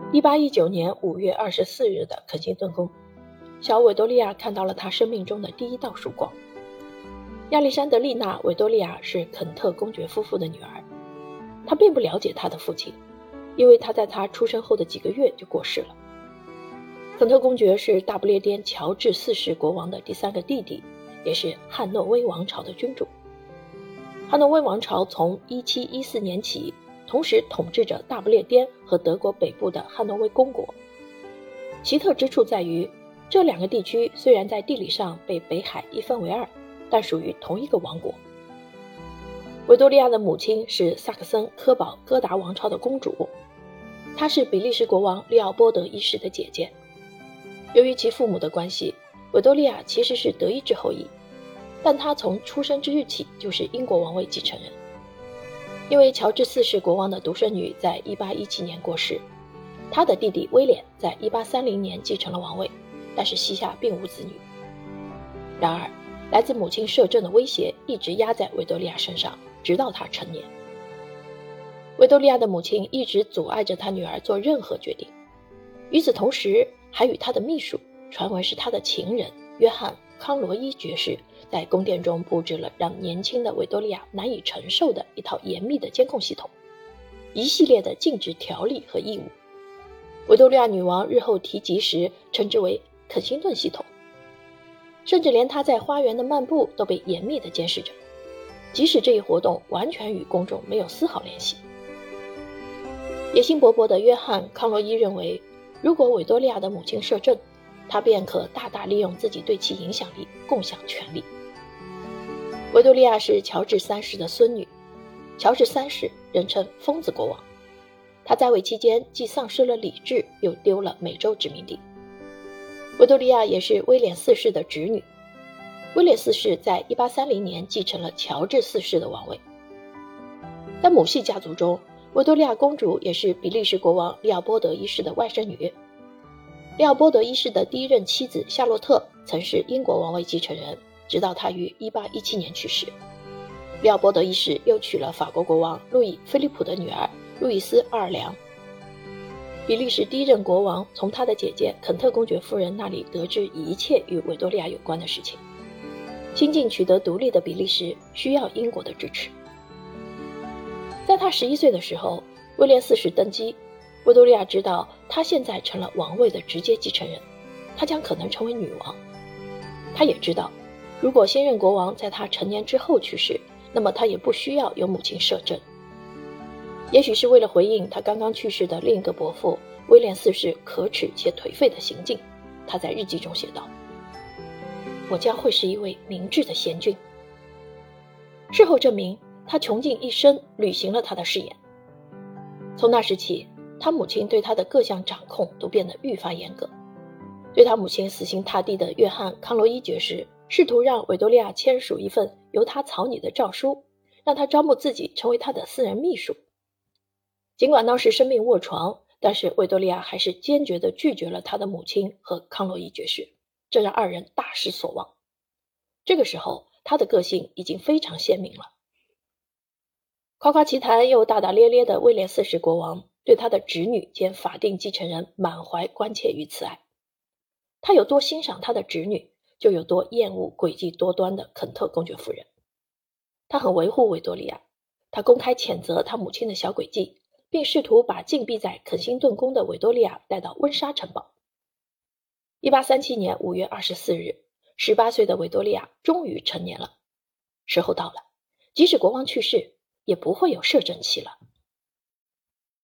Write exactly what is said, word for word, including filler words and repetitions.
一八一九年五月二十四日的肯辛顿宫，小维多利亚看到了她生命中的第一道曙光。亚历山德丽娜·维多利亚是肯特公爵夫妇的女儿，她并不了解她的父亲，因为他在她出生后的几个月就过世了。肯特公爵是大不列颠乔治四世国王的第三个弟弟，也是汉诺威王朝的君主。汉诺威王朝从一七一四年起，同时统治着大不列颠和德国北部的汉诺威公国。奇特之处在于，这两个地区虽然在地理上被北海一分为二，但属于同一个王国。维多利亚的母亲是萨克森科堡哥达王朝的公主，她是比利时国王利奥波德一世的姐姐。由于其父母的关系，维多利亚其实是德意志后裔，但她从出生之日起就是英国王位继承人。因为乔治四世国王的独生女在一八一七年过世，他的弟弟威廉在一八三零年继承了王位，但是膝下并无子女。然而来自母亲摄政的威胁一直压在维多利亚身上，直到她成年。维多利亚的母亲一直阻碍着她女儿做任何决定，与此同时还与她的秘书，传闻是她的情人约翰·康罗伊爵士，在宫殿中布置了让年轻的维多利亚难以承受的一套严密的监控系统，一系列的禁止条例和义务。维多利亚女王日后提及时称之为肯辛顿系统，甚至连她在花园的漫步都被严密地监视着，即使这一活动完全与公众没有丝毫联系。野心勃勃的约翰·康罗伊认为，如果维多利亚的母亲摄政，他便可大大利用自己对其影响力，共享权力。维多利亚是乔治三世的孙女，乔治三世人称疯子国王，他在位期间既丧失了理智，又丢了美洲殖民地。维多利亚也是威廉四世的侄女，威廉四世在一八三零年继承了乔治四世的王位。在母系家族中，维多利亚公主也是比利时国王利奥波德一世的外甥女。利奥波德一世的第一任妻子夏洛特曾是英国王位继承人，直到他于一八一七年去世。利奥波德一世又娶了法国国王路易菲利普的女儿路易斯·奥尔良。比利时第一任国王从他的姐姐肯特公爵夫人那里得知一切与维多利亚有关的事情。新近取得独立的比利时需要英国的支持。在他十一岁的时候，威廉四世登基，维多利亚知道她现在成了王位的直接继承人，她将可能成为女王。她也知道，如果现任国王在她成年之后去世，那么她也不需要由母亲摄政。也许是为了回应他刚刚去世的另一个伯父威廉四世可耻且颓废的行径，他在日记中写道：我将会是一位明智的贤君。事后证明，他穷尽一生履行了他的誓言。从那时起，他母亲对他的各项掌控都变得愈发严格。对他母亲死心塌地的约翰·康罗伊爵士试图让维多利亚签署一份由他草拟的诏书，让他招募自己成为他的私人秘书。尽管当时生命卧床，但是维多利亚还是坚决地拒绝了他的母亲和康罗伊爵士，这让二人大失所望。这个时候，他的个性已经非常鲜明了。夸夸其谈又大大咧咧的威廉四世国王对他的侄女兼法定继承人满怀关切与慈爱。他有多欣赏他的侄女，就有多厌恶诡计多端的肯特公爵夫人。他很维护维多利亚，他公开谴责他母亲的小诡计，并试图把禁闭在肯辛顿宫的维多利亚带到温莎城堡。一八三七年五月二十四日，十八岁的维多利亚终于成年了。时候到了，即使国王去世，也不会有摄政期了。